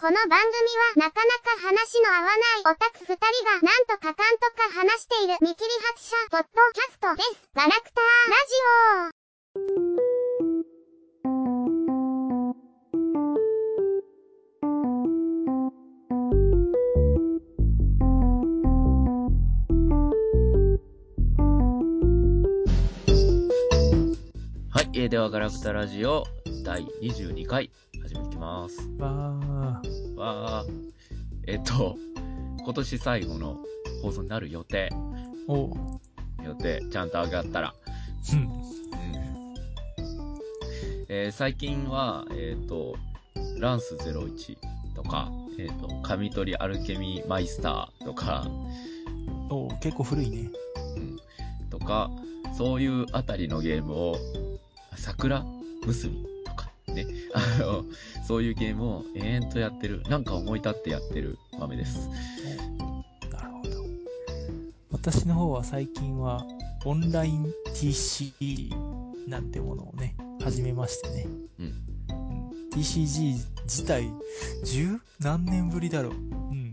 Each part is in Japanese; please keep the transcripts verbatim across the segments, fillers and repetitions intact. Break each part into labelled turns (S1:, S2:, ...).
S1: この番組はなかなか話の合わないオタク二人がなんとかかんとか話している見切り発車ポッドキャストです。ガラクターラジオ。
S2: はい、えー、ではガラクタラジオだいにじゅうにかい始めていきます。
S3: わ
S2: ー。わー。えっと、今年最後の放送になる予定。
S3: お
S2: 予定、ちゃんと上がったら。
S3: うん。
S2: うん。えー、最近は、えっと、ランスゼロいちとか、えっと、神取りアルケミーマイスターとか、
S3: お結構古いね。
S2: うん。とか、そういうあたりのゲームを、桜結びとかね、あの、そういうゲームを延々とやってる、なんか思い立ってやってる豆です。
S3: なるほど。私の方は最近はオンライン ティーシー なんてものをね、始めましてね。
S2: うん。
S3: うん、ティーシージー 自体十何年ぶりだろう。うん。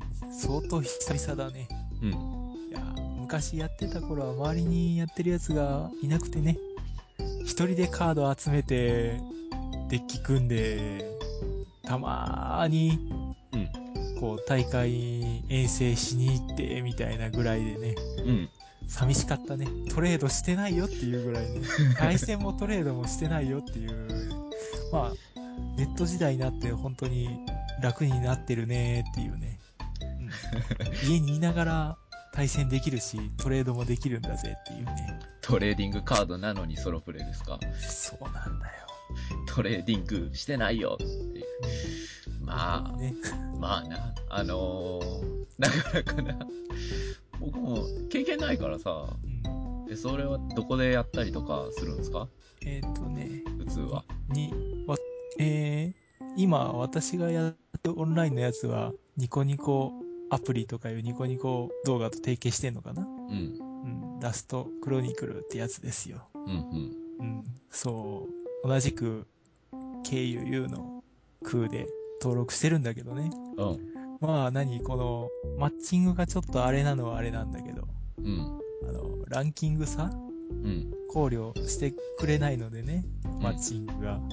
S3: 相当久々だね。
S2: うん。
S3: いや、昔やってた頃は周りにやってるやつがいなくてね。一人でカード集めて、デッキ組んで、たまーに、
S2: うん。
S3: こう、大会遠征しに行って、みたいなぐらいでね。
S2: うん。
S3: 寂しかったね。トレードしてないよっていうぐらいね。対戦もトレードもしてないよっていう。まあ、ネット時代になって本当に楽になってるねっていうね。うん、家にいながら対戦できるし、トレードもできるんだぜっていうね。
S2: トレーディングカードなのにソロプレイですか？
S3: そうなんだよ。
S2: トレーディングしてないよっていう。まあ、
S3: ね、
S2: まあな、あのー、なかなかな。僕も経験ないからさ、うん、それはどこでやったりとかするんですか？
S3: えっ、ー、とね、
S2: 普通は。
S3: に、わ、えー、今私がやってるオンラインのやつはニコニコアプリとかいうニコニコ動画と提携してんのかな？うん。うん。ラストクロニクルってやつですよ。
S2: うんうん。
S3: うん。そう。同じく ケーユーユー の空で登録してるんだけどね。
S2: うん。
S3: まあ何このマッチングがちょっとあれなのはあれなんだけど。
S2: うん。
S3: あの、ランキング差？
S2: うん。
S3: 考慮してくれないのでね。マッチングが。うん。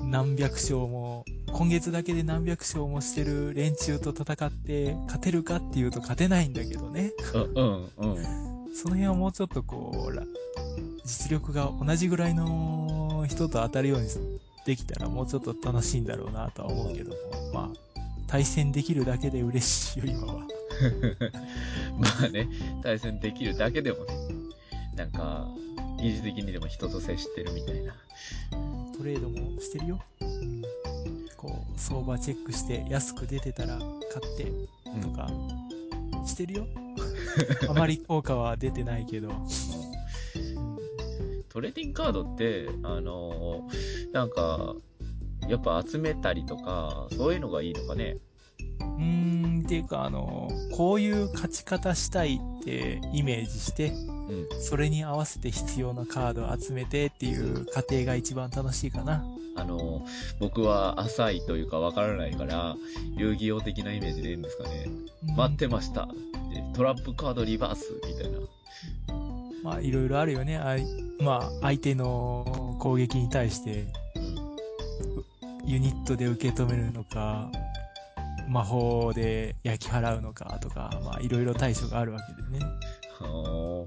S3: 何百勝も、今月だけで何百勝もしてる連中と戦って勝てるかっていうと勝てないんだけどね。
S2: うん、うん、うん。
S3: その辺はもうちょっとこう、実力が同じぐらいの人と当たるようにできたらもうちょっと楽しいんだろうなとは思うけども、まあ、対戦できるだけで嬉しいよ、今は。
S2: まあね、対戦できるだけでもね、なんか、疑似的にでも人と接してるみたいな。
S3: トレードもしてるよ。うん。こう、相場チェックして安く出てたら買ってとか、してるよ。あまり効果は出てないけど。うん、
S2: トレーディングカードって、あのー、なんか、やっぱ集めたりとか、そういうのがいいのかね。
S3: うーん、っていうか、あの、こういう勝ち方したいってイメージして、うん、それに合わせて必要なカードを集めてっていう過程が一番楽しいかな。
S2: あの、僕は浅いというかわからないから、遊戯王的なイメージでいいんですかね。うん、待ってました。トラップカードリバースみたいな。
S3: まあ、いろいろあるよね。あいまあ、相手の攻撃に対して、うん、ユニットで受け止めるのか、魔法で焼き払うのかとか、まあいろいろ対処があるわけでね。はあ、うん、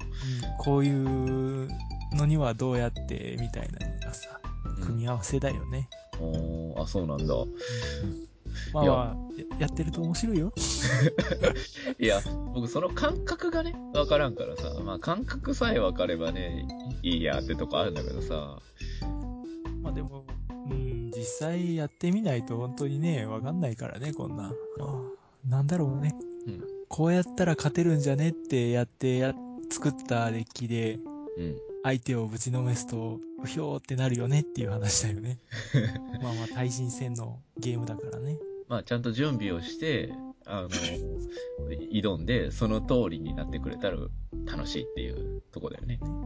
S3: こういうのにはどうやってみたいなのがさ、組み合わせだよね。
S2: うん、あ、そうなんだ。うん、
S3: まあまあ、や, やってると面白いよ。
S2: いや、僕その感覚がね、わからんからさ、まあ感覚さえわかればね、いいやってとこあるんだけどさ。
S3: まあでも、うん、実際やってみないと本当にね、わかんないからね、こんな。なんだろうね。うん、こうやったら勝てるんじゃねってやってや、作ったデッキで、うん、相手をぶちのめすと、うひょーってなるよねっていう話だよね。まあまあ、対人戦のゲームだからね。
S2: まあ、ちゃんと準備をして、あの、挑んで、その通りになってくれたら楽しいっていうとこだよね。うん。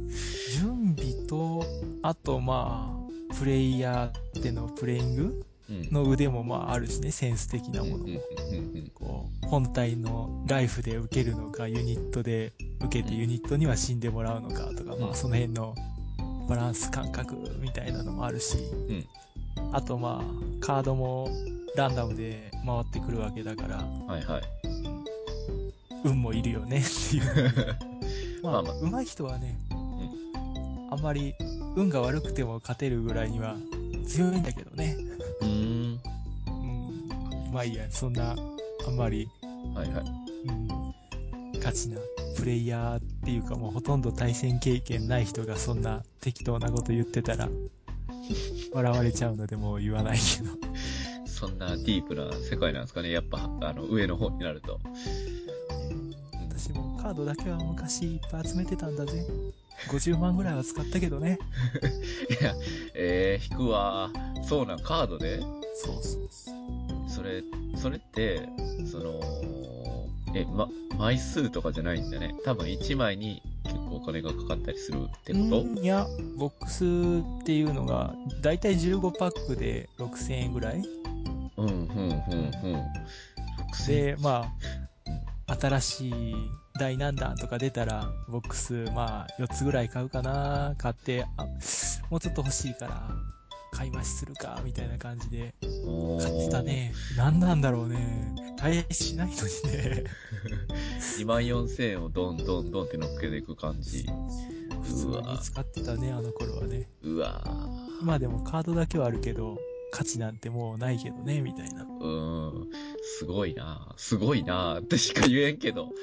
S3: 準備と、あとまあ、プレイヤーでのプレイング、 の腕もまああるしね、センス的なものも。こう、本体のライフで受けるのか、ユニットで受けてユニットには死んでもらうのかとか、まあその辺のバランス感覚みたいなのもあるし、あとまあ、カードもランダムで回ってくるわけだから、
S2: はいはい。
S3: 運もいるよねっていう。まあ、まあ、上手い人はね、あんまり運が悪くても勝てるぐらいには強いんだけどね。
S2: うーん。
S3: うん。まあいいや、そんな、あんまり、
S2: はいはい。
S3: うん、ガチなプレイヤーっていうかもうほとんど対戦経験ない人がそんな適当なこと言ってたら、笑われちゃうのでもう言わないけど。
S2: そんなディープな世界なんですかね、やっぱ、あの、上の方になると。
S3: 私もカードだけは昔いっぱい集めてたんだぜ。ごじゅうまんぐらいは使ったけどね。
S2: いや、えー、引くわ。そうなん、カードで？
S3: そうそうそう。
S2: それ、それって、その、え、ま、枚数とかじゃないんだね。多分いちまいに結構お金がかかったりするってこと？
S3: いや、ボックスっていうのが、だいたいじゅうごパックでろくせんえんぐらい？
S2: うん、うん、うん、うん。
S3: で、まあ、新しい第何弾とか出たら、ボックス、まあ、よっつぐらい買うかな。買って、あ、もうちょっと欲しいから、買い増しするか、みたいな感じで、買ってたね。何なんだろうね。大変しないのにね。
S2: にまんよんせんえんをどんどんどんって乗っけていく感じ。
S3: 普通に使ってたね、あの頃はね。
S2: うわ
S3: 今でもカードだけはあるけど、価値なんてもうないけどね、みたいな。
S2: うーん。すごいなすごいなってしか言えんけど。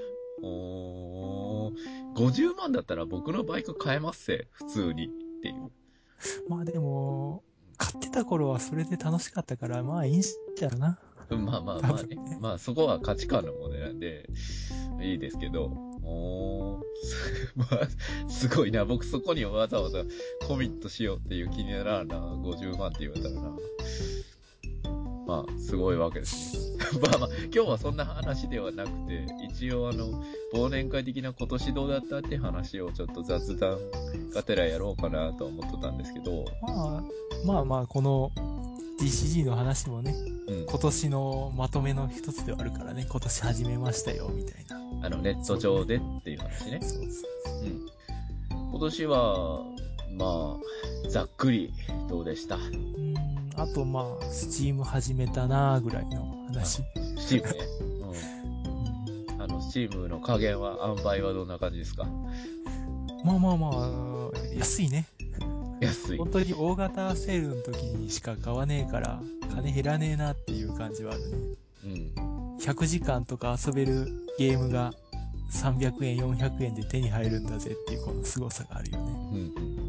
S2: おー、ごじゅうまんだったら僕のバイク買えますせ、普通に。っていう。
S3: まあでも、買ってた頃はそれで楽しかったから、まあいいんじゃろな。
S2: まあまあまあね。ねまあそこは価値観の問題なんで、いいですけど。おー、まあ、すごいな。僕そこにわざわざコミットしようっていう気にならんな。ごじゅうまんって言われたらな。まあ、すごいわけですね。まあまあ、今日はそんな話ではなくて、一応あの、忘年会的な今年どうだったって話をちょっと雑談がてらやろうかなと思ってたんですけど。
S3: まあ、まあまあ、この ディーシージー の話もね、うん、今年のまとめの一つではあるからね、今年始めましたよ、みたいな。
S2: あの、ネット上でっていう話ね。そうそうそう。うん。今年は、まあ、ざっくり、どうでした？うー
S3: ん、あとまあ、スチーム始めたなーぐらいの話。
S2: スチームね。うん。あの、スチームの加減は、塩梅はどんな感じですか？
S3: まあまあまあ、安いね。
S2: 安い。
S3: 本当に大型セールの時にしか買わねえから、金減らねえなっていう感じはあるね。うん。ひゃくじかんとか遊べるゲームがさんびゃくえん、よんひゃくえんで手に入るんだぜっていうこの凄さがあるよね。うんうん。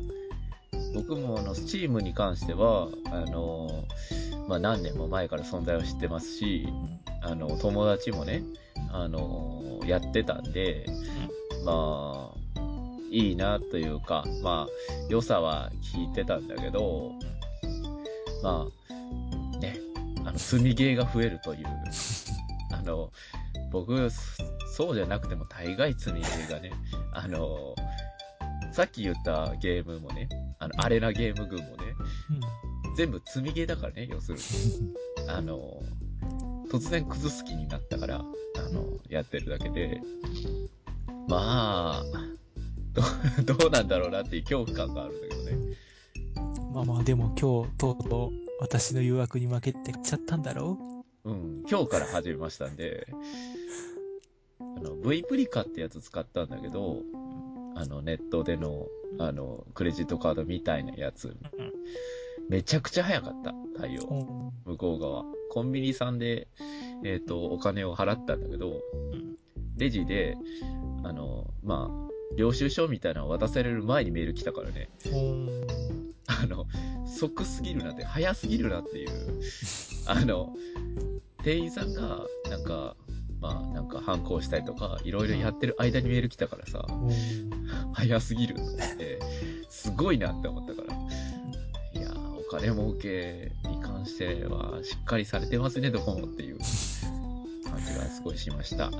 S2: 僕もあの、スチームに関しては、あの、まあ、何年も前から存在を知ってますし、あの、友達もね、あの、やってたんで、まあ、いいなというか、まあ、良さは聞いてたんだけど、まあ、ね、あの、積みゲーが増えるという、あの、僕、そうじゃなくても大概積みゲーがね、あの、さっき言ったゲームもね、あの、アレナゲーム群もね、うん、全部積みゲーだからね、要するに。あの、突然崩す気になったから、あの、やってるだけで、まあ、ど, どうなんだろうなっていう恐怖感があるんだけどね。
S3: まあまあ、でも今日、とうとう私の誘惑に負けてちゃったんだろ
S2: う？うん、今日から始めましたんで、あの、V プリカってやつ使ったんだけど、あの、ネットでの、あの、クレジットカードみたいなやつ。めちゃくちゃ早かった、対応。向こう側。コンビニさんで、えっと、お金を払ったんだけど、レジで、あの、まあ、領収書みたいなのを渡される前にメール来たからね。あの、即すぎるなって、早すぎるなっていう。あの、店員さんが、なんか、まあ、なんか反抗したりとか、いろいろやってる間にメール来たからさ、早すぎると思って、すごいなって思ったから。いやー、お金儲けに関しては、しっかりされてますね、どこもっていう感じがすごいしました。
S3: なる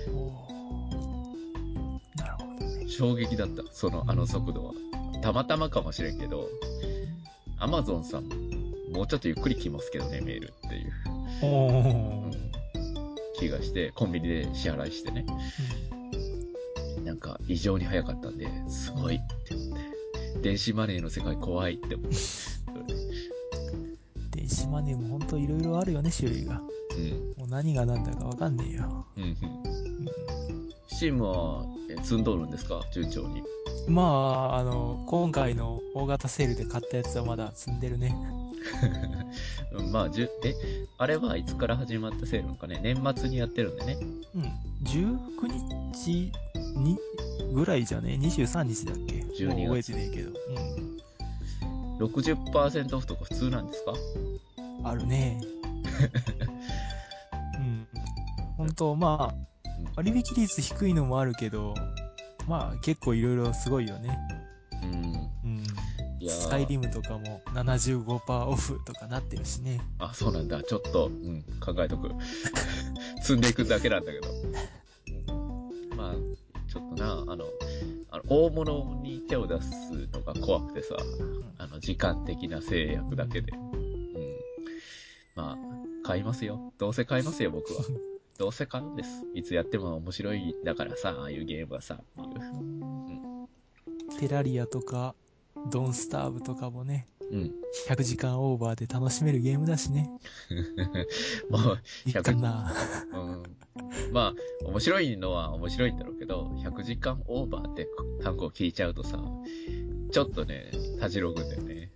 S3: ほどね。
S2: 衝撃だった、その、あの速度は。たまたまかもしれんけど、アマゾンさんもうちょっとゆっくり来ますけどね、メールっていう、
S3: おー、
S2: うん、気がして、コンビニで支払いしてね。なんか異常に早かったんで、すごいって思って。電子マネーの世界怖いって思って。
S3: 電子マネーもほんといろいろあるよね、種類が。
S2: うん。
S3: もう何が何だかわかんねえよ。
S2: うんうん。
S3: うん、
S2: スチームはえ積んどるんですか、順調に。
S3: まあ、あの、今回の大型セールで買ったやつはまだ積んでるね。
S2: まあ、じゅ、え、あれはいつから始まったセールのかね、年末にやってるんでね。
S3: うん。じゅうくにちにぐらいじゃね ?にじゅうさんにちだっけ？
S2: じゅうにがつ。
S3: もう覚えてねえけど。うん。
S2: ろくじゅっパーセント オフとか普通なんですか？
S3: あるね。うん。本当まあ、割引率低いのもあるけど、まあ結構いろいろすごいよね。
S2: うん。うん。
S3: うん。
S2: いやー
S3: スカイリムとかも ななじゅうごパーセント オフとかなってるしね。
S2: あ、そうなんだ。ちょっと、うん、考えとく。積んでいくだけなんだけど。うん、まあ、ちょっとな、あの、あの大物に手を出すのが怖くてさ、あの、時間的な制約だけで。うん。まあ、買いますよ。どうせ買いますよ、僕は。どうせ買うんです。いつやっても面白いだからさ、ああいうゲームはさ、っていう。うん、
S3: テラリアとか、ドンスターブとかもね、
S2: うん。
S3: ひゃくじかんオーバーで楽しめるゲームだしね。
S2: もう、
S3: いいかな。
S2: うん。まあ、面白いのは面白いんだろうけど、ひゃくじかんオーバーって単語を聞いちゃうとさ、ちょっとね、たじろぐんだよね。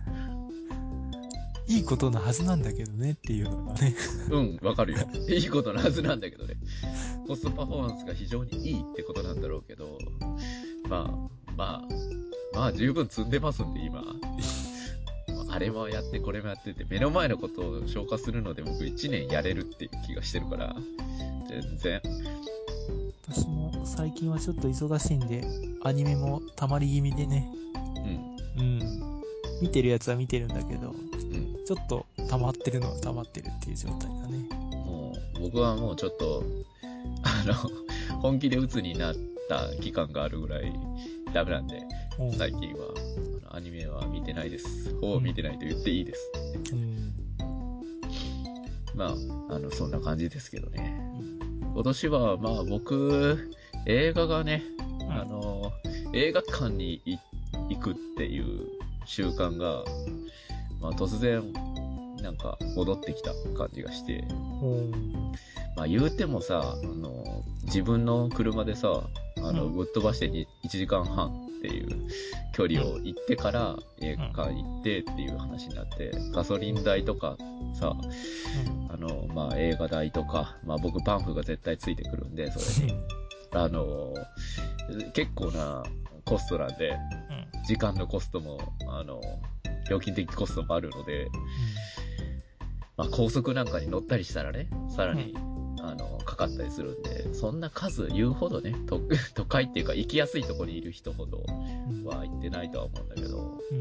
S3: いいことなはずなんだけどねっていうのがね。
S2: うん、わかるよ。いいことのはずなんだけどね。コストパフォーマンスが非常にいいってことなんだろうけど、まあ、まあ、まあ十分積んでますんで、今。あれもやってこれもやってて、目の前のことを消化するので僕いちねんやれるっていう気がしてるから、全然。
S3: 私も最近はちょっと忙しいんで、アニメも溜まり気味でね。
S2: うん。
S3: うん。見てるやつは見てるんだけど、
S2: うん。
S3: ちょっと溜まってるのは溜まってるっていう状態だね。
S2: もう、僕はもうちょっと、あの、本気で鬱になった期間があるぐらいダメなんで、最近は、あのアニメは見てないです。ほぼ見てないと言っていいです。
S3: うん。
S2: まあ、あの、そんな感じですけどね。今年は、まあ僕、映画がね、
S3: うん、
S2: あの、映画館に行くっていう習慣が、まあ突然、なんか戻ってきた感じがして、まあ言うてもさ、あの、自分の車でさ、あの、ぶっ飛ばしてにいちじかんはんっていう距離を行ってから映画館行ってっていう話になって、ガソリン代とかさ、あの、まあ映画代とか、まあ僕パンフが絶対ついてくるんで、それに。あの、結構なコストなんで、時間のコストも、あの、料金的コストもあるので、まあ高速なんかに乗ったりしたらね、さらに、あの、かかったりするんで、そんな数言うほどね、都、都会っていうか行きやすいところにいる人ほどは行ってないとは思うんだけど、うん、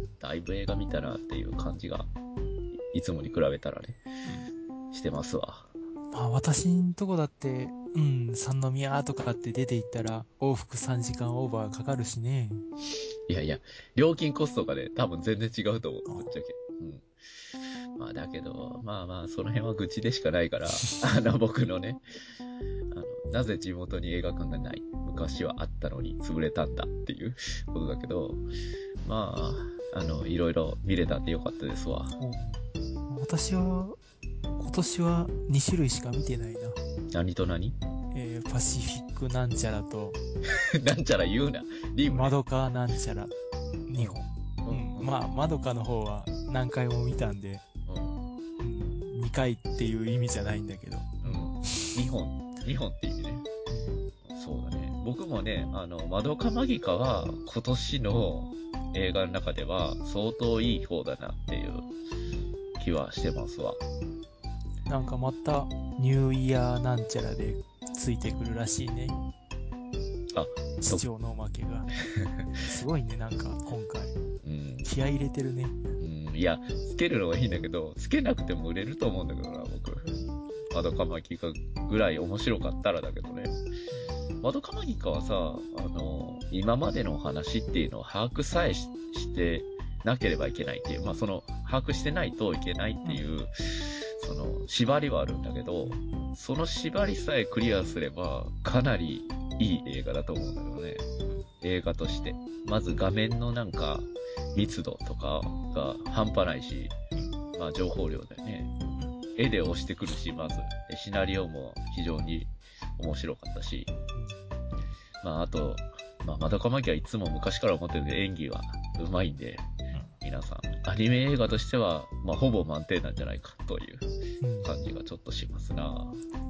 S2: だいぶ映画見たなっていう感じが、いつもに比べたらね、うん、してますわ。
S3: まあ私んとこだって、うん、三宮とかって出て行ったら往復さんじかんオーバーかかるしね。
S2: いやいや、料金コストがね、多分全然違うと思う、ぶっちゃけ。うん。まあだけど、まあまあ、その辺は愚痴でしかないから、あの、僕のね、あの、なぜ地元に映画館がない。昔はあったのに潰れたんだっていうことだけど、まあ、あの、いろいろ見れたんでよかったですわ。
S3: 私は、今年はに種類しか見てないな。
S2: 何と何？
S3: えー、パシフィックなんちゃらと、
S2: なんちゃら言うな。リム。
S3: マドカなんちゃらにほん。うん。うん、まあ、マドカの方は何回も見たんで、うん、にかいっていう意味じゃないんだけど。
S2: うん。にほん。にほんって意味ね。そうだね。僕もね、あの、マドカマギカは今年の映画の中では相当いい方だなっていう気はしてますわ。
S3: なんかまたニューイヤーなんちゃらでついてくるらしいね。
S2: あ、
S3: 市長のおまけが。すごいね、なんか今回。うん、気合い入れてるね。
S2: うん、いや、つけるのはいいんだけど、つけなくても売れると思うんだけどな、僕。マドカマギカぐらい面白かったらだけどね。マドカマギカはさ、あの、今までの話っていうのを把握さえ し, してなければいけないっていう、まあその、把握してないといけないっていう、うん、その、縛りはあるんだけど、その縛りさえクリアすれば、かなりいい映画だと思うんだけどね。映画として。まず画面のなんか、密度とかが半端ないし、まあ情報量だよね。絵で押してくるし、まず。シナリオも非常に面白かったし。まああと、まあ、まどかマギはいつも昔から思ってるんで演技は上手いんで、皆さん、アニメ映画としては、まあほぼ満点なんじゃないかという感じがちょっとしますな。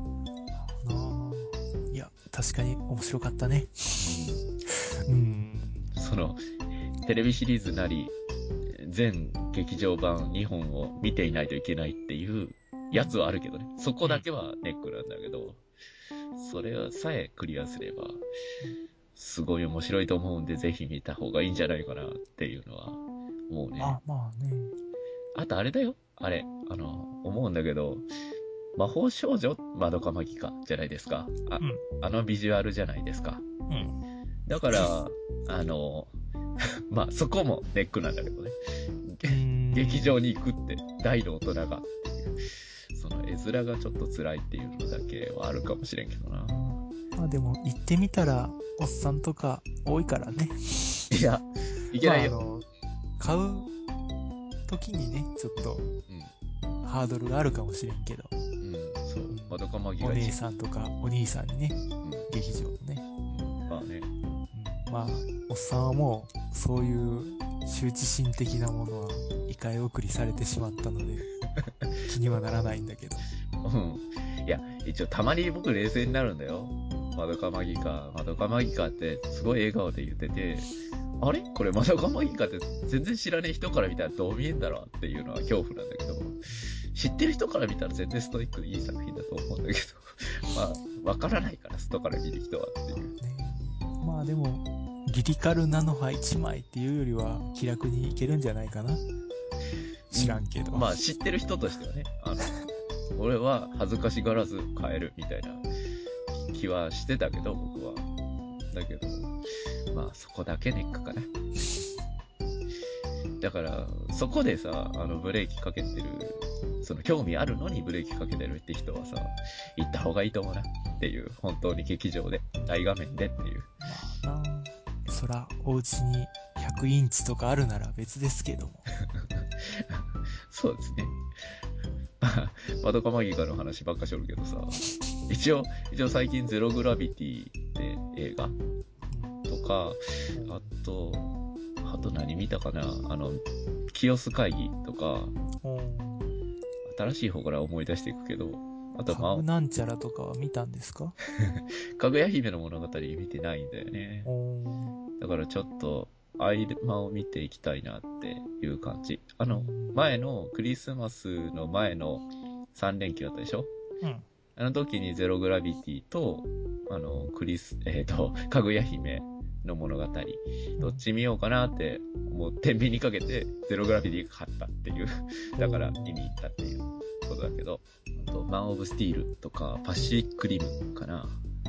S3: うん、いや、確かに面白かったね。うん。
S2: その、テレビシリーズなり、全劇場版にほんを見ていないといけないっていうやつはあるけどね。そこだけはネックなんだけど、それさえクリアすれば、すごい面白いと思うんで、ぜひ見た方がいいんじゃないかなっていうのは思うね。
S3: あ、まあね。
S2: あとあれだよ。あれ、あの、思うんだけど、魔法少女まどかマギかじゃないですか。あ、うん、あのビジュアルじゃないですか。うん。だから、あの、まあそこもネックなんだけどね。劇場に行くって大の大人がっていう、その絵面がちょっと辛いっていうのだけはあるかもしれんけどな。
S3: まあでも行ってみたらおっさんとか多いからね。
S2: いや、いけないよ。
S3: まあ、あの買う時にね、ちょっと、うん、ハードルがあるかもしれんけど。うん、
S2: そう。まどかマギ
S3: がお姉さんとかお兄さんにね、うん、劇場ね。
S2: まあね。
S3: うん、まあ、おっさんはもうそういう羞恥心的なものは異界送りされてしまったので気にはならないんだけど。
S2: うん。いや、一応たまに僕冷静になるんだよ。まどかマギか、まどかマギかってすごい笑顔で言ってて、あれこれまどかマギかって全然知らねえ人から見たらどう見えんだろうっていうのは恐怖なんだけど、知ってる人から見たら全然ストイックでいい作品だと思うんだけど、まあ、わからないから、外から見る人はっていう。ね、
S3: まあでも、リリカルナノハいちまいっていうよりは気楽にいけるんじゃないかな。知らんけど。
S2: まあ知ってる人としてはね、あの、俺は恥ずかしがらず買えるみたいな気はしてたけど、僕は。だけど、まあそこだけネックかな。だから、そこでさ、あのブレーキかけてる、その興味あるのにブレーキかけてるって人はさ、行った方がいいと思うなっていう、本当に劇場で、大画面でっていう。
S3: まあな、そら、お家にひゃくインチとかあるなら別ですけども。
S2: そうですね。まどかマギカの話ばっかしおるけどさ、一応、一応最近ゼログラビティって映画とか、あと、あと何見たかな、あの、清須会議とか、新しい方から思い出していくけど、あと
S3: まあ、かぐなんちゃらとかは見たんですか？
S2: かぐや姫の物語見てないんだよね。だからちょっと、合間を見ていきたいなっていう感じ。あの、前のクリスマスの前のさん連休だったでしょ？うん。あの時にゼログラビティと、あの、クリス、えっと、かぐや姫の物語、どっち見ようかなって、もう天秤にかけてゼログラビティが勝ったっていう。だから見に行ったっていうことだけど、あと、マン・オブ・スティールとか、パシフィック・リムかな、うん、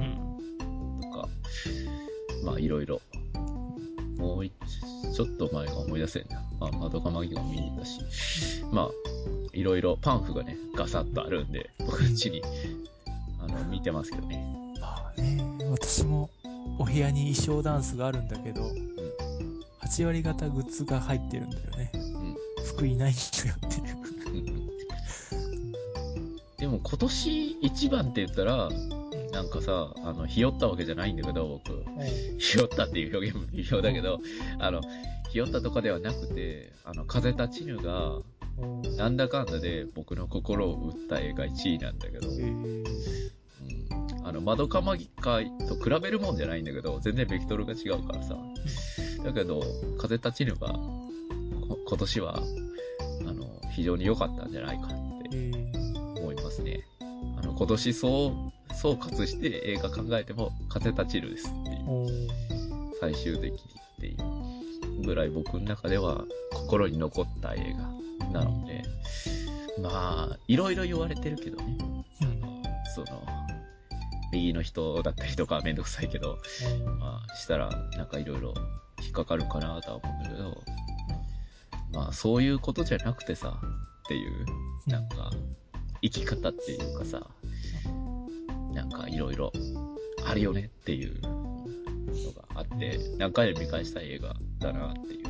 S2: とか、まあいろいろ。もうちょっと前が思い出せんな。まあ、まどかマギが見に行ったし。まあ、いろいろパンフがね、ガサッとあるんで、僕んちに、あの、見てますけどね。
S3: まあね、私もお部屋に衣装ダンスがあるんだけど、うん、はち割方グッズが入ってるんだよね。うん。服いないんだよっていう。
S2: でも今年一番って言ったら、なんかさ、あの、ひよったわけじゃないんだけど、僕。ひよったっていう表現も微妙だけど、あの、ひよったとかではなくて、あの、風立ちぬが、なんだかんだで僕の心を打った映画いちいなんだけど、うん、あの、まどかマギカと比べるもんじゃないんだけど、全然ベクトルが違うからさ。だけど、風立ちぬが、今年は、あの、非常に良かったんじゃないかって思いますね。あの、今年そう、総括して映画考えても風立ちぬですっていう最終的にっていうぐらい僕の中では心に残った映画なので、うん、まあいろいろ言われてるけどね、うん、その右の人だったりとかめんどくさいけど、うん、まあしたらなんかいろいろ引っかかるかなとは思うんだけど、 まあそういうことじゃなくてさ、っていう、なんか、生き方っていうかさ、なんかいろいろあるよねっていうのがあって、何回も見返したい映画だなっていう。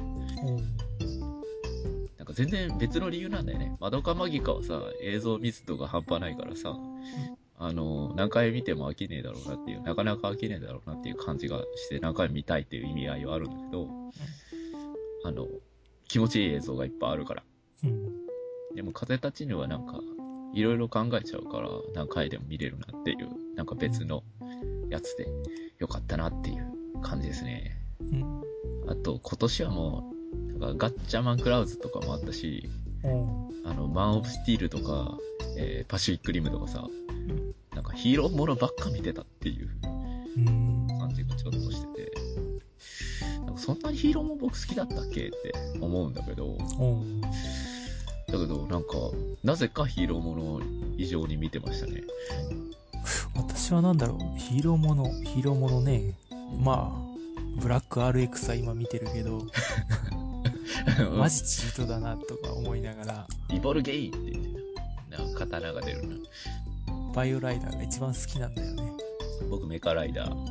S2: なんか全然別の理由なんだよね。マドカマギカはさ、映像密度が半端ないからさ、あの、何回見ても飽きねえだろうなっていう、なかなか飽きねえだろうなっていう感じがして、何回も見たいっていう意味合いはあるんだけど、あの、気持ちいい映像がいっぱいあるから。でも風立ちぬはなんか、いろいろ考えちゃうから、何回でも見れるなっていう、なんか別のやつでよかったなっていう感じですね。あと、今年はもう、なんかガッチャマンクラウズとかもあったし、あの、マンオブスティールとか、えー、パシフィックリムとかさ、なんかヒーローものばっか見てたっていう感じがちょっとしてて、なんかそんなにヒーローも僕好きだったっけって思うんだけど、だけどなんか、なぜかヒーローものを異常に見てましたね。
S3: 私はなんだろう、ヒーローもの、ヒーローものね、まあ、ブラック アールエックス は今見てるけど、マジチートだなとか思いながら。
S2: リボルゲインって言ってた。なんか刀が出るな。
S3: バイオライダーが一番好きなんだよね。
S2: 僕メカライダー。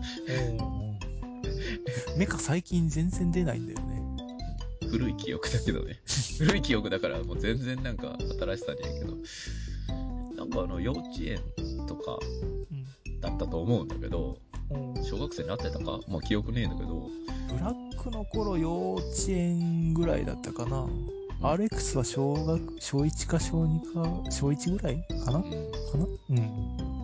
S3: メカ最近全然出ないんだよね。
S2: 古い記憶だけどね。古い記憶だからもう全然なんか新しさにやけど。なんかあの幼稚園とかだったと思うんだけど、小学生になってたかまあ記憶ねえんだけど。
S3: ブラックの頃幼稚園ぐらいだったかな。うん、アールエックス は小学、小いちか小にか、小いちぐらいかな、うん、かなうん。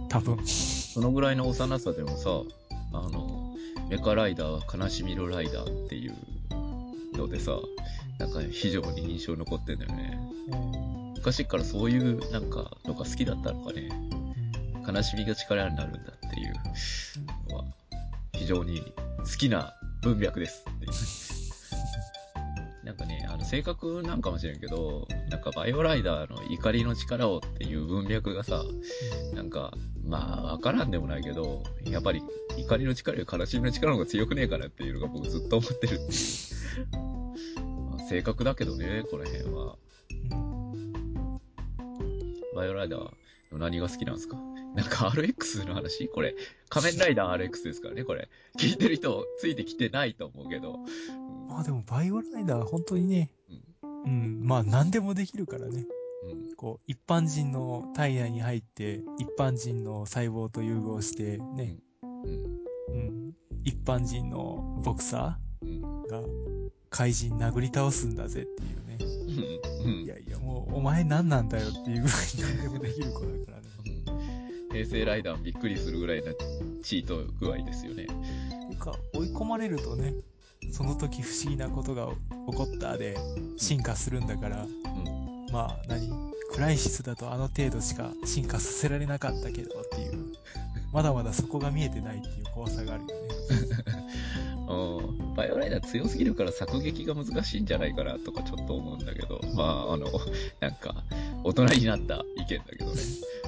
S3: 多分。
S2: そのぐらいの幼さでもさ、あの、メカライダーは悲しみのライダーっていうのでさ、なんか非常に印象に残ってんだよね。昔からそういうなんかのが好きだったのかね。悲しみが力になるんだっていうのは非常に好きな文脈ですっていう。なんかね、あの性格なんかもしれんけど、なんかバイオライダーの怒りの力をっていう文脈がさ、なんかまあわからんでもないけど、やっぱり怒りの力より悲しみの力の方が強くねえかなっていうのが僕ずっと思ってるっていう。まあ、性格だけどね、この辺は。バイオライダーの何が好きなんですか？なんか アールエックス の話これ、仮面ライダー アールエックス ですからね、これ。聞いてる人ついてきてないと思うけど。
S3: うん、まあでもバイオライダーは本当にね、うん、うん、まあ何でもできるからね。うん、こう、一般人の体内に入って、一般人の細胞と融合してね、うんうん、一般人のボクサーが怪人殴り倒すんだぜっていうね。うん、いやいや、もうお前何なんだよっていうぐらい何でもできる子だからね。
S2: 平成ライダーびっくりするぐらいなチート具合ですよね。
S3: ていうか、追い込まれるとね、その時不思議なことが起こったで進化するんだから、うん、まあ何クライシスだとあの程度しか進化させられなかったけどっていう、まだまだそこが見えてないっていう怖さがあるよね。
S2: バイオライダー強すぎるから作撃が難しいんじゃないかなとかちょっと思うんだけど、まああの、なんか大人になった意見だけどね。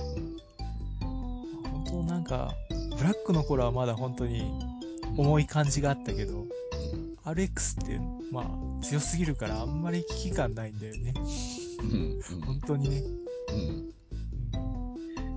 S3: 本当なんか、ブラックの頃はまだ本当に重い感じがあったけど、うん、アールエックス って、まあ、強すぎるからあんまり危機感ないんだよね。うんうん、本当にね。
S2: うん。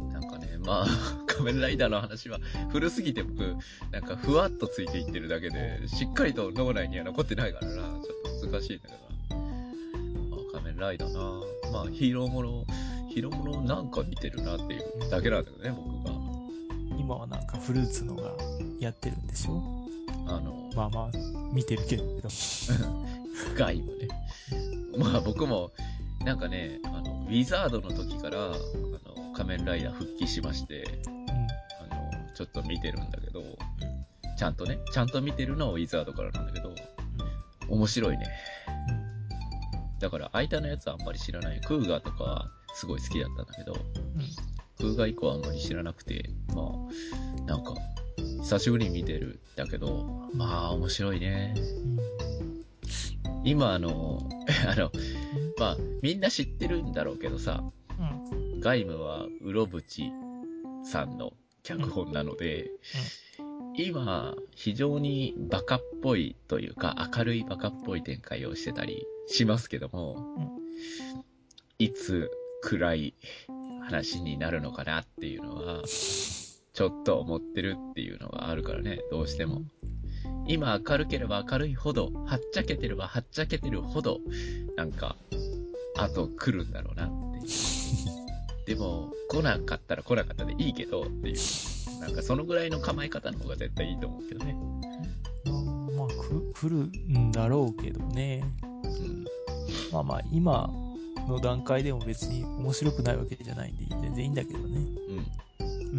S2: なんかね、まあ、仮面ライダーの話は古すぎて僕、なんかふわっとついていってるだけで、しっかりと脳内には残ってないからな、ちょっと難しいんだけどな。まあ、仮面ライダーな。まあ、ヒーローもの、ヒーローものなんか見てるなっていうだけなんだよね、僕が。
S3: 今はなんかフルーツのがやってるんでしょ？
S2: あの、
S3: まあまあ、見てるけど。
S2: 外もね。まあ僕も、なんかね、あの、ウィザードの時から、あの、仮面ライダー復帰しまして、うん、あの、ちょっと見てるんだけど、うん、ちゃんとね、ちゃんと見てるのはウィザードからなんだけど、うん、面白いね。うん、だから、間のやつはあんまり知らない。クーガーとかはすごい好きだったんだけど、うん、クーガー以降はあんまり知らなくて、まあ、なんか、久しぶりに見てるんだけど、まあ、面白いね。うん、今、あの、あの、まあ、みんな知ってるんだろうけどさ、うん、ガイムはうろぶちさんの脚本なので、うんうん、今、非常にバカっぽいというか、明るいバカっぽい展開をしてたりしますけども、
S3: うん、
S2: いつ暗い話になるのかなっていうのは、ちょっと思ってるっていうのがあるからね、どうしても。今明るければ明るいほど、はっちゃけてればはっちゃけてるほど、なんか、あと来るんだろうなっていう。でも、来なかったら来なかったでいいけどっていう。なんかそのぐらいの構え方の方が絶対いいと思うけどね。
S3: まあ、く、来るんだろうけどね。
S2: うん。
S3: まあまあ、今の段階でも別に面白くないわけじゃないんで、全然いいんだけどね。
S2: うん。
S3: うん。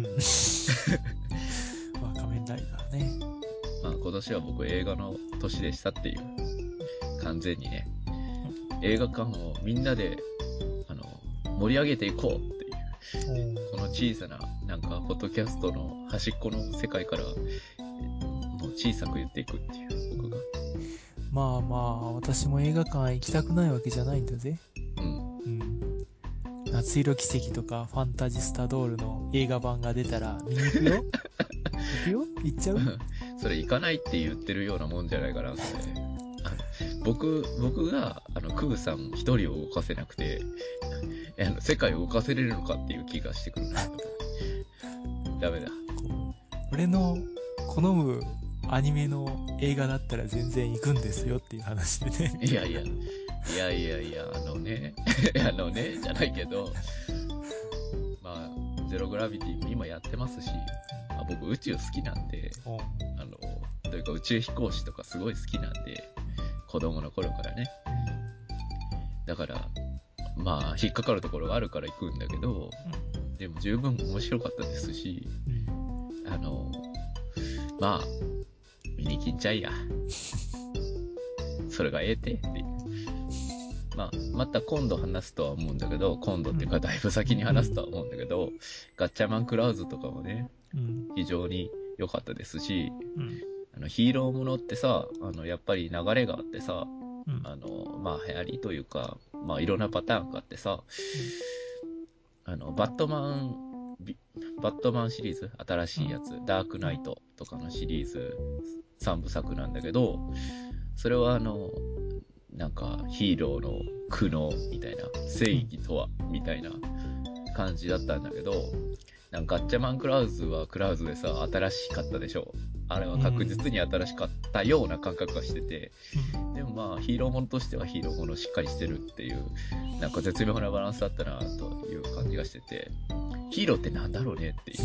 S3: まあ、仮面ライダーね。
S2: まあ今年は僕映画の年でしたっていう。完全にね。映画館をみんなで、あの、盛り上げていこうっていう。この小さな、なんか、ポッドキャストの端っこの世界から、もう小さく言っていくっていう、僕が。
S3: まあまあ、私も映画館行きたくないわけじゃないんだぜ。
S2: うん。
S3: うん。夏色奇跡とかファンタジスタドールの映画版が出たら見に行くよ。行くよ？行っちゃう？
S2: それ行かないって言ってるようなもんじゃないかな、それ。あの僕、僕が、あの、クーさん一人を動かせなくて、あの、世界を動かせれるのかっていう気がしてくる。ダメだ。
S3: 俺の好むアニメの映画だったら全然行くんですよっていう話でね。
S2: いやいや、いやいやいや、あのね、あのね、じゃないけど、まあ、ゼログラビティも今やってますし、まあ、僕宇宙好きなんで、あの、というか宇宙飛行士とかすごい好きなんで、子供の頃からね。だから、まあ、引っかかるところがあるから行くんだけど、でも十分面白かったですし、あの、まあ、見に来んちゃいや。それがええてっていう。まあ、また今度話すとは思うんだけど、今度っていうかだいぶ先に話すとは思うんだけど、ガッチャマンクラウズとかもね、非常に良かったですし、あのヒーローものってさ、あのやっぱり流れがあってさ、あのまあ流行りというか、まあいろんなパターンがあってさ、あのバットマンバットマンシリーズ、新しいやつ、ダークナイトとかのシリーズさんぶさくなんだけど、それはあのなんかヒーローの苦悩みたいな、正義とはみたいな感じだったんだけど、なんかガッチャマンクラウズはクラウズでさ、新しかったでしょ。あれは確実に新しかったような感覚がしてて、でもまあヒーローものとしてはヒーローものしっかりしてるっていう、なんか絶妙なバランスだったなという感じがしてて、ヒーローってなんだろうねっていう、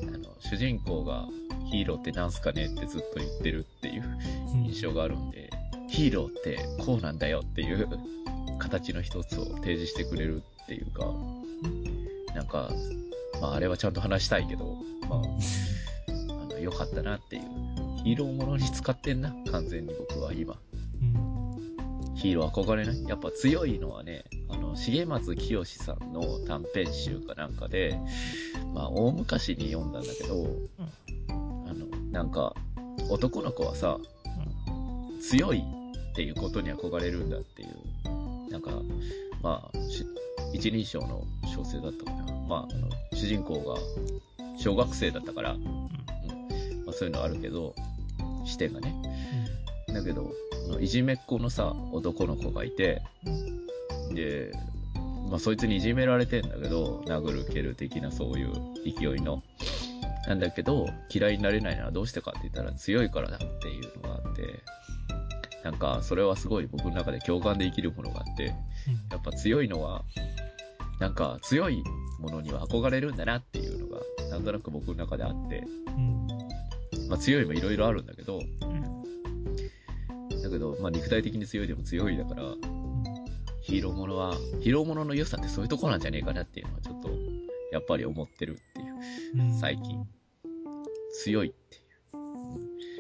S2: あの主人公がヒーローってなんすかねってずっと言ってるっていう印象があるんで、ヒーローってこうなんだよっていう形の一つを提示してくれるっていうか、なんかまああれはちゃんと話したいけど、まああの良かったなっていう、ヒーローものに使ってんな、完全に僕は今。ヒーロー憧れない？やっぱ強いのはね、あの重松清さんの短編集かなんかで、まあ大昔に読んだんだけど、あのなんか男の子はさ、強いっていうことに憧れるんだっていう、なんかまあ一人称の小説だったかな。まあ、あの主人公が小学生だったから、うんまあ、そういうのあるけど、視点がね。だけどいじめっ子のさ男の子がいて、で、まあそいつにいじめられてんだけど、殴る蹴る的なそういう勢いのなんだけど、嫌いになれないのはどうしてかって言ったら強いからだっていうのがあって、なんかそれはすごい僕の中で共感で生きるものがあって、やっぱ強いのはなんか強いものには憧れるんだなっていうのがなんとなく僕の中であって、まあ強いもいろいろあるんだけど、だけどまあ肉体的に強いでも強いだから、ヒーローものはヒーローものの良さってそういうとこなんじゃねえかなっていうのはちょっとやっぱり思ってるっていう、最近強いっていう、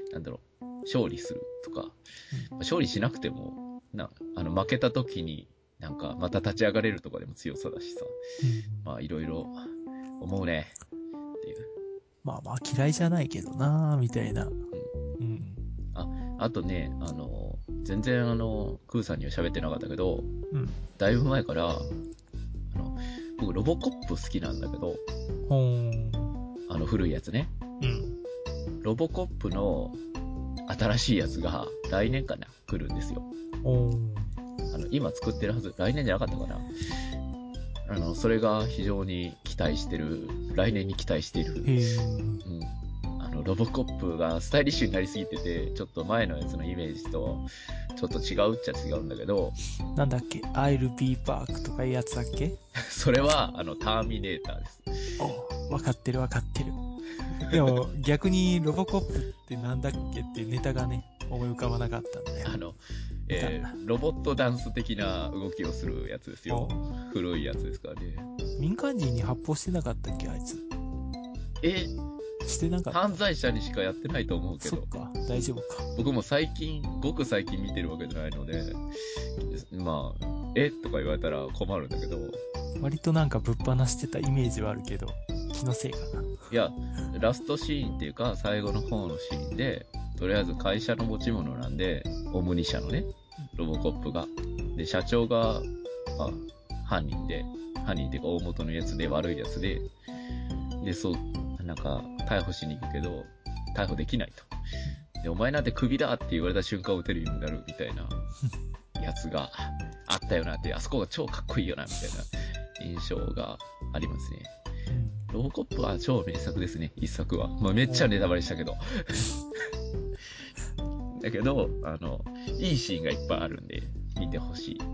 S2: なんだろう、勝利するとか、勝利しなくてもな、あの負けた時になんかまた立ち上がれるとかでも強さだしさ、まあいろいろ思うねっていう。
S3: まあまあ嫌いじゃないけどなーみたいな。うん。
S2: うん。あ、あとね、あの全然あのクーさんには喋ってなかったけど、うん、だいぶ前からあの僕ロボコップ好きなんだけど、ほー、あの古いやつね。うん。ロボコップの新しいやつが来年かな来るんですよ。 今作ってるはず。来年じゃなかったかな。あの、それが非常に期待してる。来年に期待している。
S3: へー。
S2: うん。あの、ロボコップがスタイリッシュになりすぎてて、ちょっと前のやつのイメージと、ちょっと違うっちゃ違うんだけど。
S3: なんだっけ ?I'll be back とかいうやつだっけ？
S2: それは、あの、ターミネーターです。
S3: お、わかってるわかってる。でも、逆にロボコップってなんだっけっていうネタがね、思い浮かばなかったんだよ。
S2: あの、えー、ロボットダンス的な動きをするやつですよ。古いやつですからね。
S3: 民間人に発砲してなかったっけあいつ。
S2: え
S3: してなかった。
S2: 犯罪者にしかやってないと思うけど。
S3: そっか、大丈夫か。
S2: 僕も最近、ごく最近見てるわけじゃないので、まあ、えとか言われたら困るんだけど。
S3: 割となんかぶっ放してたイメージはあるけど、気のせいかな。
S2: いや、ラストシーンっていうか、最後の方のシーンで、とりあえず会社の持ち物なんで、オムニ社のね、ロボコップが。で、社長が、まあ、犯人で、犯人っていうか大元のやつで、悪いやつで、で、そう、なんか、逮捕しに行くけど、逮捕できないと。で、お前なんてクビだって言われた瞬間撃てるようになるみたいな、やつがあったよなって、あそこが超かっこいいよな、みたいな印象がありますね。ロボコップは超名作ですね、一作は。まあ、めっちゃネタバレしたけど。だけど、あの、いいシーンがいっぱいあるんで、見てほしいっていう。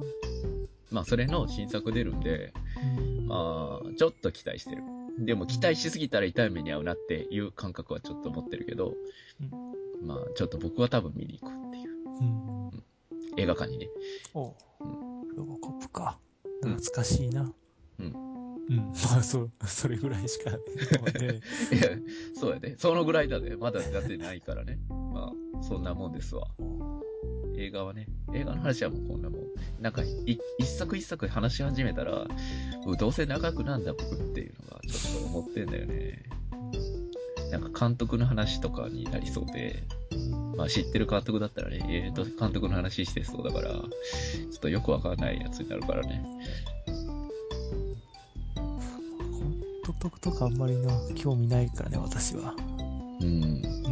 S2: まあ、それの新作出るんで、まあ、ちょっと期待してる。でも、期待しすぎたら痛い目に遭うなっていう感覚はちょっと持ってるけど、まあ、ちょっと僕は多分見に行くっていう。うんうん、映画館にね。
S3: おう、うん、ロボコップか。懐かしいな。うん。うん。まあ、そう、それぐらいしか、ね。
S2: いや、そうやね。そのぐらいだね。まだやってないからね。まあ、そんなもんですわ。映画はね、映画の話はもうこんなもん。なんか、い一作一作話し始めたら、どうせ長くなんだ僕っていうのがちょっと思ってんだよね。なんか監督の話とかになりそうで、まあ知ってる監督だったらね、えーと、監督の話してそうだから、ちょっとよくわかんないやつになるからね。
S3: 監督とかあんまりな、興味ないからね、私は。
S2: うん。うん。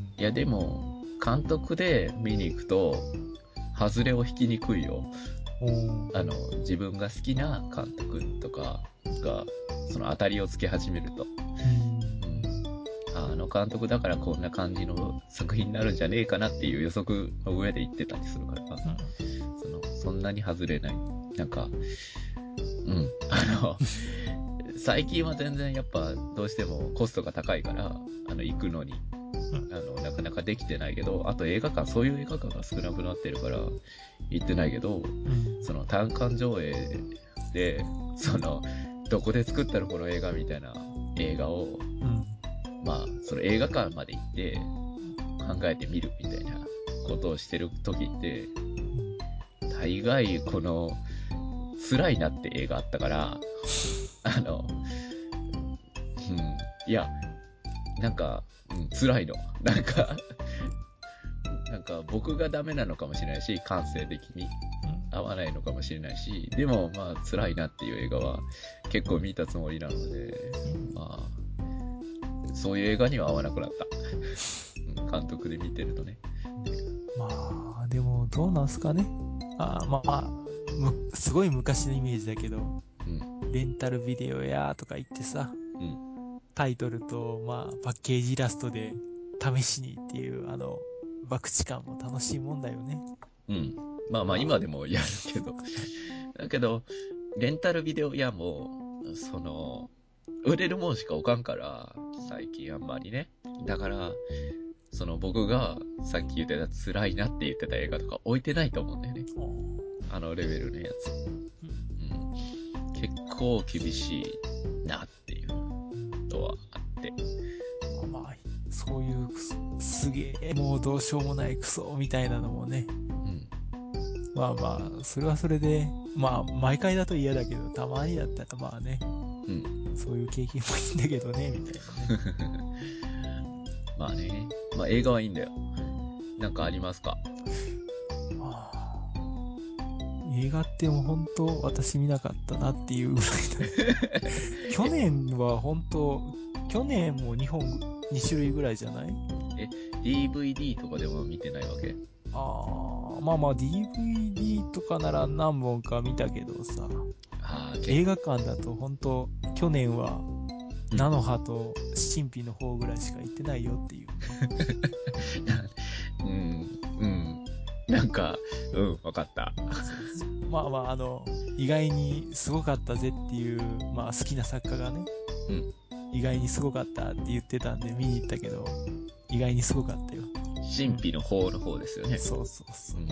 S2: いやでも、監督で見に行くと、外れを引きにくいよ。あの、自分が好きな監督とかが、その当たりをつけ始めると。あの監督だからこんな感じの作品になるんじゃねえかなっていう予測の上で言ってたりするから、うん、そのそんなに外れない。なんか、うん、あの、最近は全然やっぱどうしてもコストが高いから、あの、行くのに、あの、なかなかできてないけど、あと映画館、そういう映画館が少なくなってるから、行ってないけど、うん、その単館上映で、その、どこで作ったのこの映画みたいな映画を、うんまあ、その映画館まで行って考えてみるみたいなことをしてる時って、大概この辛いなって映画あったから、あの、うん、いや、なんか、うん、辛いの。なんか、なんか僕がダメなのかもしれないし、感性的に合わないのかもしれないし、でもまあ辛いなっていう映画は結構見たつもりなので、まあ、そういう映画には合わなくなった。監督で見てるとね。
S3: まあ、でもどうなんすかね。あまあ、む、すごい昔のイメージだけど、うん、レンタルビデオやとか言ってさ、うん、タイトルと、まあ、パッケージイラストで試しにっていう、あの、博打感も楽しいもんだよね。
S2: うん。まあまあ今でもやるけど。だけど、レンタルビデオ屋も、その、売れるもんしか置かんから、最近あんまりね。だから、その僕がさっき言ってた辛いなって言ってた映画とか置いてないと思うんだよね。あのレベルのやつ。うん、結構厳しいなっていうのはあって。
S3: まあまあ、そういうクソ、すげえ、もうどうしようもないクソみたいなのもね。うん、まあまあ、それはそれで、まあ、毎回だと嫌だけど、たまにだったらまあね。うん、そういう経験もいいんだけどね、みたいなね。
S2: まあね。まあ映画はいいんだよ。なんかありますか？
S3: ああ、映画ってもう本当私見なかったなっていうぐらいだ。去年は本当、去年もにほん、に種類ぐらいじゃない？
S2: え、ディーブイディー とかでも見てないわけ？
S3: ああ、まあまあ ディーブイディー とかなら何本か見たけどさ、
S2: あー
S3: 映画館だと本当去年は菜の葉と神秘の方ぐらいしか行ってないよっていう。
S2: うん、うん。なんか、うん、わかった。
S3: まあまあ、あの、意外にすごかったぜっていう、まあ好きな作家がね、
S2: うん。
S3: 意外にすごかったって言ってたんで見に行ったけど、意外にすごかったよ。
S2: 神秘の方の方ですよね。
S3: そうそうそう。
S2: うん、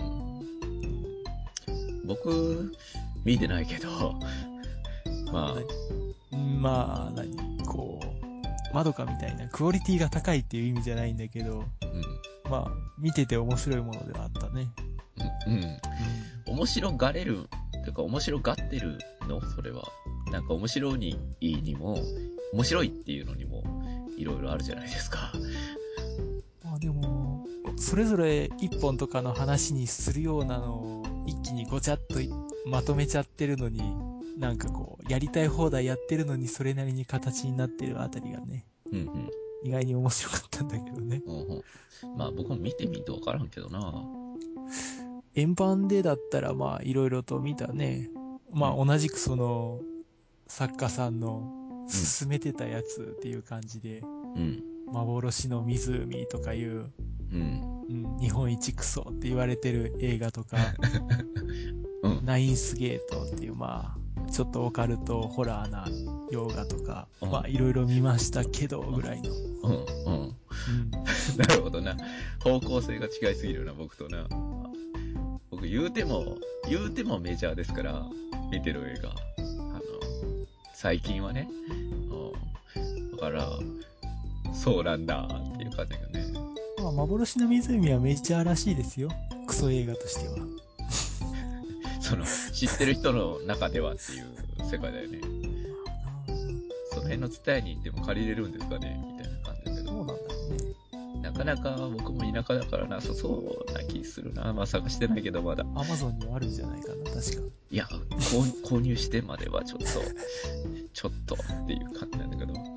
S2: 僕、見てないけど、まあ。
S3: まあ、何こう、まどかみたいな、クオリティが高いっていう意味じゃないんだけど、
S2: うん、
S3: まあ、見てて面白いものではあったね。
S2: うん、うん。面白がれる、というか面白がってるのそれは。なんか面白いにも、面白いっていうのにも、いろいろあるじゃないですか。
S3: まあでも、それぞれ一本とかの話にするようなのを一気にごちゃっとまとめちゃってるのに、なんかこう、やりたい放題やってるのにそれなりに形になってるあたりがね、
S2: うんうん、
S3: 意外に面白かったんだけどね。
S2: うんうん、まあ僕も見てみんとわからんけどな。
S3: 円盤でだったらまあいろいろと見たね。まあ同じくその作家さんの進めてたやつっていう感じで、
S2: うん、
S3: 幻の湖とかいう、
S2: うん
S3: うん、日本一クソって言われてる映画とか、
S2: うん、
S3: ナインスゲートっていうまあちょっとオカルトホラーな洋画とか、
S2: うん、
S3: まあいろいろ見ましたけどぐらいの。
S2: うん、うん。うん、なるほどな。方向性が違いすぎるな、僕とな。僕言うても、言うてもメジャーですから、見てる映画。あの、最近はね。うん。だから、そうなんだっていう感じがね。
S3: まあ幻の湖はメジャーらしいですよ。クソ映画としては。
S2: その、知ってる人の中ではっていう世界だよね。その辺の伝えに行っても借りれるんですかねみたいな感じだけど。
S3: そうなんだろうね。
S2: なかなか僕も田舎だからなさそうな気するな。まあ探してないけどまだ。
S3: アマゾンにはあるんじゃないかな、確か。
S2: いや、購購入してまではちょっと、ちょっとっていう感じなんだけど。
S3: まあ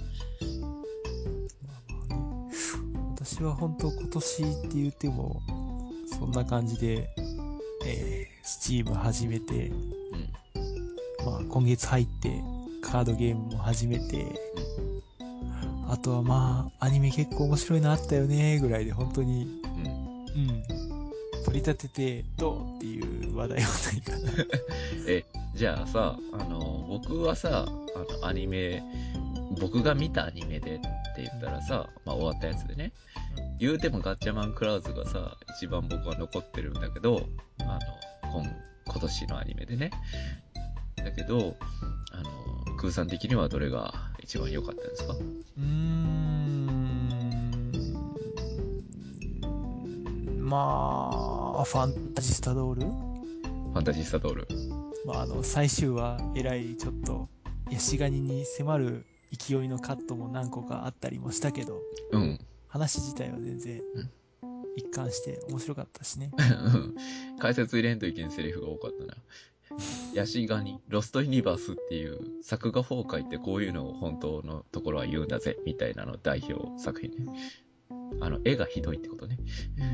S3: まあね。私は本当今年って言っても、そんな感じで、えー、スチーム始めて、
S2: うん。
S3: まあ今月入ってカードゲームも始めて、うん、あとはまあアニメ結構面白いのあったよねぐらいで本当に、うん、うん、取り立ててどうっていう話題はないかな。
S2: え、じゃあさ、あの、僕はさ、あの、アニメ、僕が見たアニメでって言ったらさ、まあ終わったやつでね、言うてもガッチャマンクラウズがさ、一番僕は残ってるんだけど、あの、今、今年のアニメでね。だけど、あの、空さん的にはどれが一番良かったんですか？
S3: うーん、まあ、ファンタジスタドール？
S2: ファンタジスタドール。
S3: まあ、あの、最終話、えらいちょっと、ヤシガニに迫る勢いのカットも何個かあったりもしたけど、
S2: うん。
S3: 話自体は全然、一貫して面白かったしね。
S2: 解説入れんといけんセリフが多かったな。ヤシガニ、ロストユニバースっていう作画崩壊ってこういうのを本当のところは言うんだぜ、みたいなの代表作品ね。あの、絵がひどいってことね。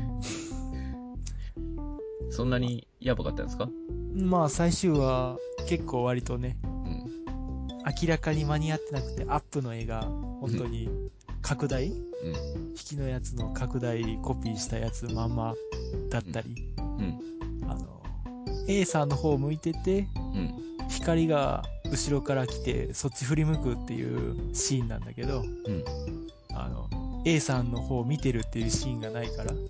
S2: うん、そんなにやばかったんですか？
S3: まあ最終は結構割とね、うん、明らかに間に合ってなくてアップの絵が本当に拡大、うん、引きのやつの拡大コピーしたやつまんまだったり、うんうん、あの A さんの方向いてて、うん、光が後ろから来てそっち振り向くっていうシーンなんだけど、うん、あの A さんの方を見てるっていうシーンがないから、うん、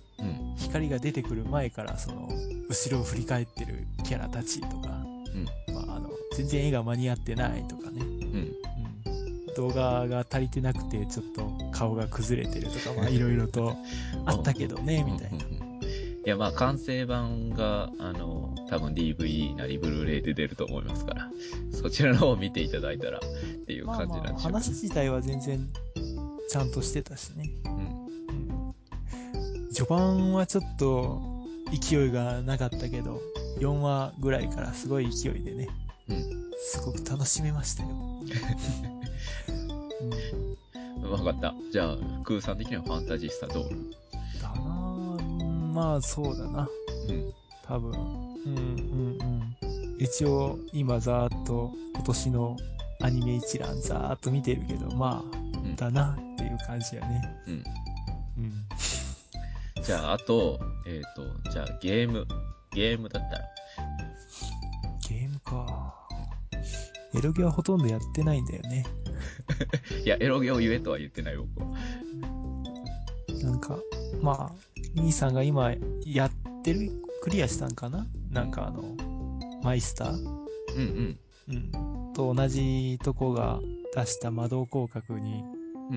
S3: 光が出てくる前からその後ろを振り返ってるキャラたちとか、うん、まあ、あの全然絵が間に合ってないとかね、うんうん、動画が足りてなくてちょっと顔が崩れてるとかまあいろいろとあったけどねみたいな。
S2: いやまあ完成版があの多分 ディーブイディー なりブルーレイで出ると思いますからそちらの方を見ていただいたらっていう感じなんでしょうか、ね。まあまあ
S3: 話自体は全然ちゃんとしてたしね。うんうん、序盤はちょっと勢いがなかったけどよんわぐらいからすごい勢いでね、うん、すごく楽しめましたよ。
S2: うん、分かった。じゃあクーさん的にはファンタジスタドール
S3: だなぁ。まあそうだな。
S2: うん。
S3: 多分。うんうんうん。一応、今ざーっと今年のアニメ一覧ざーっと見てるけど、まあ、
S2: うん。
S3: だなっていう感じやね。
S2: うん。
S3: うん。
S2: じゃあ、あと、えっと、じゃあゲーム。ゲームだったら。
S3: ゲームか。エロゲはほとんどやってないんだよね。
S2: いや、エロゲを言えとは言ってない僕は。
S3: なんか、まあ、兄さんが今やってる、クリアしたんかななんかあの、マイスター
S2: うん
S3: うん。と同じとこが出した魔導広角に、
S2: うん。うん。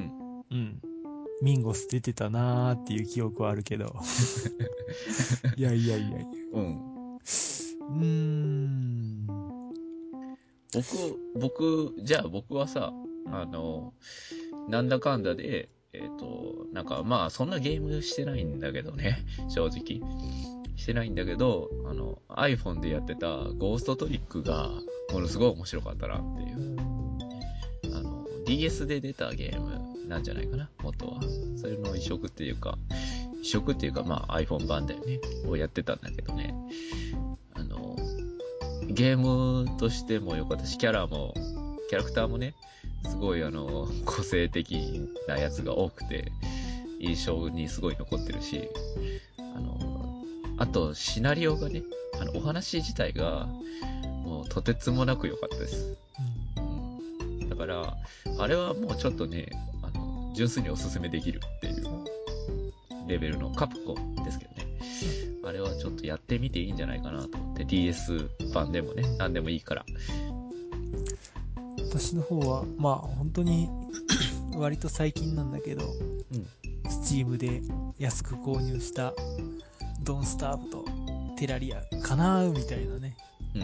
S3: うん。ミンゴス出てたなーっていう記憶はあるけど。いやいやいやいや。
S2: うん。
S3: うーん。
S2: 僕、僕、じゃあ僕はさ、あの、なんだかんだで、えっと、なんかまあそんなゲームしてないんだけどね、正直。してないんだけど、あの、iPhone でやってたゴーストトリックがものすごい面白かったなっていう。あの、ディーエス で出たゲームなんじゃないかな、元は。それの移植っていうか、移植っていうかまあ iPhone 版だよね、をやってたんだけどね。あの、ゲームとしても良かったし、キャラも、キャラクターもね、すごいあの、個性的なやつが多くて、印象にすごい残ってるし、あの、あと、シナリオがね、あの、お話自体が、もう、とてつもなく良かったです。うん。だから、あれはもうちょっとね、あの、純粋におすすめできるっていうレベルのカプコンですけどね。あれはちょっとやってみていいんじゃないかなと思って、ディーエス 版でもね、なんでもいいから。
S3: 私の方は、まあ本当に割と最近なんだけど、
S2: うん。
S3: Steam で安く購入したドンスターブとテラリアかなみたいなね。
S2: うん。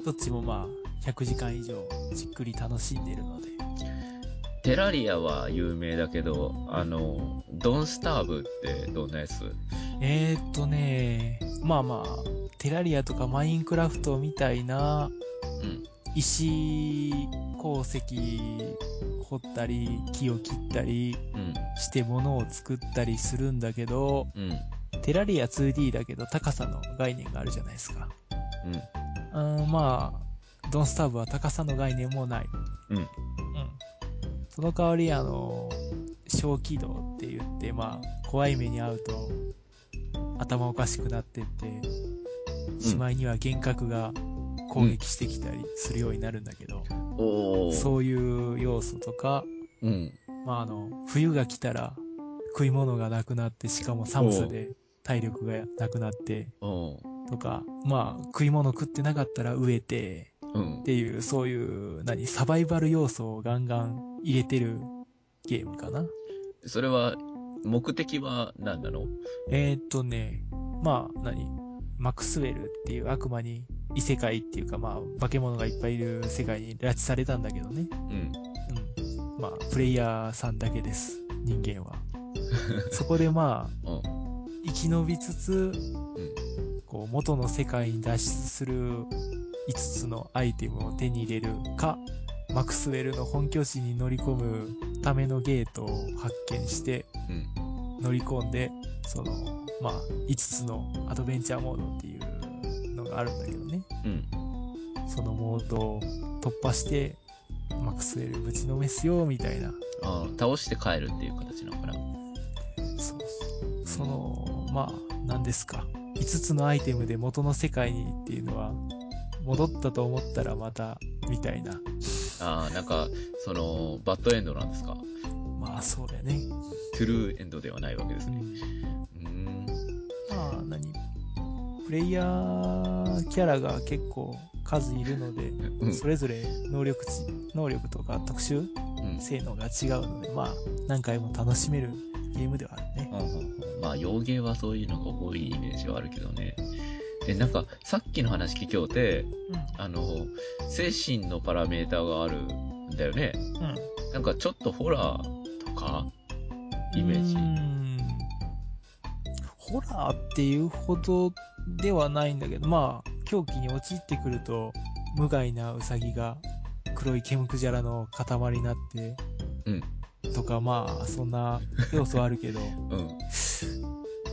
S3: どっちもまあひゃくじかん以上じっくり楽しんでるので。
S2: テラリアは有名だけど、あの、ドンスターブってどんなやつ？
S3: えーっとね、まあまあ、テラリアとかマインクラフトみたいな
S2: うん。
S3: 石鉱石掘ったり木を切ったり
S2: うん。
S3: して物を作ったりするんだけど、
S2: うん。
S3: テラリア ツーディー だけど高さの概念があるじゃないですか。
S2: うん。
S3: うん、まあ、ドンスターブは高さの概念もない。
S2: うん。
S3: うん。その代わり、あの、小気道って言って、まあ、怖い目に遭うと頭おかしくなってって、しまいには幻覚が攻撃してきたりするようになるんだけど、
S2: おー。
S3: そういう要素とか、
S2: うん。
S3: まああの、冬が来たら食い物がなくなって、しかも寒さで体力がなくなって、
S2: おー。
S3: とか、まあ食い物食ってなかったら飢えて、
S2: うん。
S3: っていう、そういう、何、サバイバル要素をガンガン入れてるゲームかな。
S2: それは、目的は何なの？
S3: えーっとね、まあ、何マクスウェルっていう悪魔に異世界っていうか、まあ、化け物がいっぱいいる世界に拉致されたんだけどね。
S2: うん。
S3: うん。まあ、プレイヤーさんだけです。人間は。そこでまあ、
S2: うん。
S3: 生き延びつつ、
S2: うん。
S3: こう、元の世界に脱出するいつつのアイテムを手に入れるか、マクスウェルの本拠地に乗り込むためのゲートを発見して
S2: うん。
S3: 乗り込んで、その、まあ、いつつのアドベンチャーモードっていうのがあるんだけどね。
S2: うん。
S3: そのモードを突破して、マクスウェルぶちのめすよ、みたいな。
S2: ああ、倒して帰るっていう形なのかな。
S3: そうそう。その、まあ、何ですか。いつつのアイテムで元の世界にっていうのは、戻ったと思ったらまた、みたいな。
S2: ああ、なんか、その、バッドエンドなんですか。
S3: まあ、そうだよね。
S2: トゥルーエンドではないわけですね。
S3: うん。
S2: うーん。
S3: まあ、何プレイヤーキャラが結構数いるので、
S2: うん。
S3: それぞれ能力値、能力とか特殊
S2: うん。
S3: 性能が違うので、まあ、何回も楽しめるゲームではあるね。
S2: うんうんうん、まあ、洋芸はそういうのが多いイメージはあるけどね。で、なんか、さっきの話聞きようて、
S3: うん。
S2: あの、精神のパラメーターがあるんだよね。
S3: うん。
S2: なんかちょっとホラーとか、イメージ。
S3: うーん。ホラーっていうほどではないんだけど、まあ、狂気に陥ってくると、無害なウサギが黒いケムクジャラの塊になって、
S2: うん。
S3: とか、まあ、そんな要素あるけど、
S2: うん。
S3: まあ、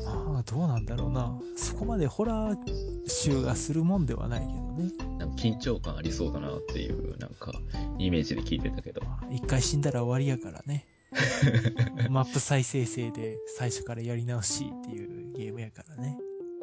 S3: どうなんだろうな。そこまでホラー集がするもんではないけどね。
S2: なんか緊張感ありそうだなっていう、なんか、イメージで聞いてたけど。
S3: 一回死んだら終わりやからね。マップ再生成で最初からやり直しっていうゲームやからね。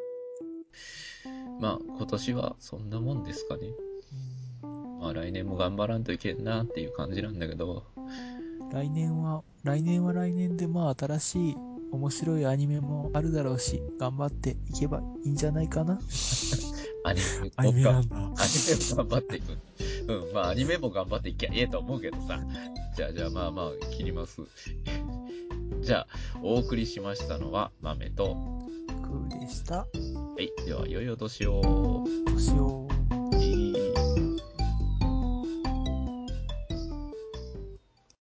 S2: まあ、今年はそんなもんですかね。まあ、来年も頑張らんといけんなっていう感じなんだけど。
S3: 来年は、来年は来年でまあ新しい面白いアニメもあるだろうし、頑張っていけばいいんじゃないかな。
S2: アニメ
S3: アニメなんだ。
S2: アニメも頑張っていく。うん、まあアニメも頑張っていきゃええと思うけどさ。じゃあじゃあまあまあ切ります。じゃあ、お送りしましたのは豆と
S3: クーでした。
S2: はい、では良いお年を。
S3: 年を。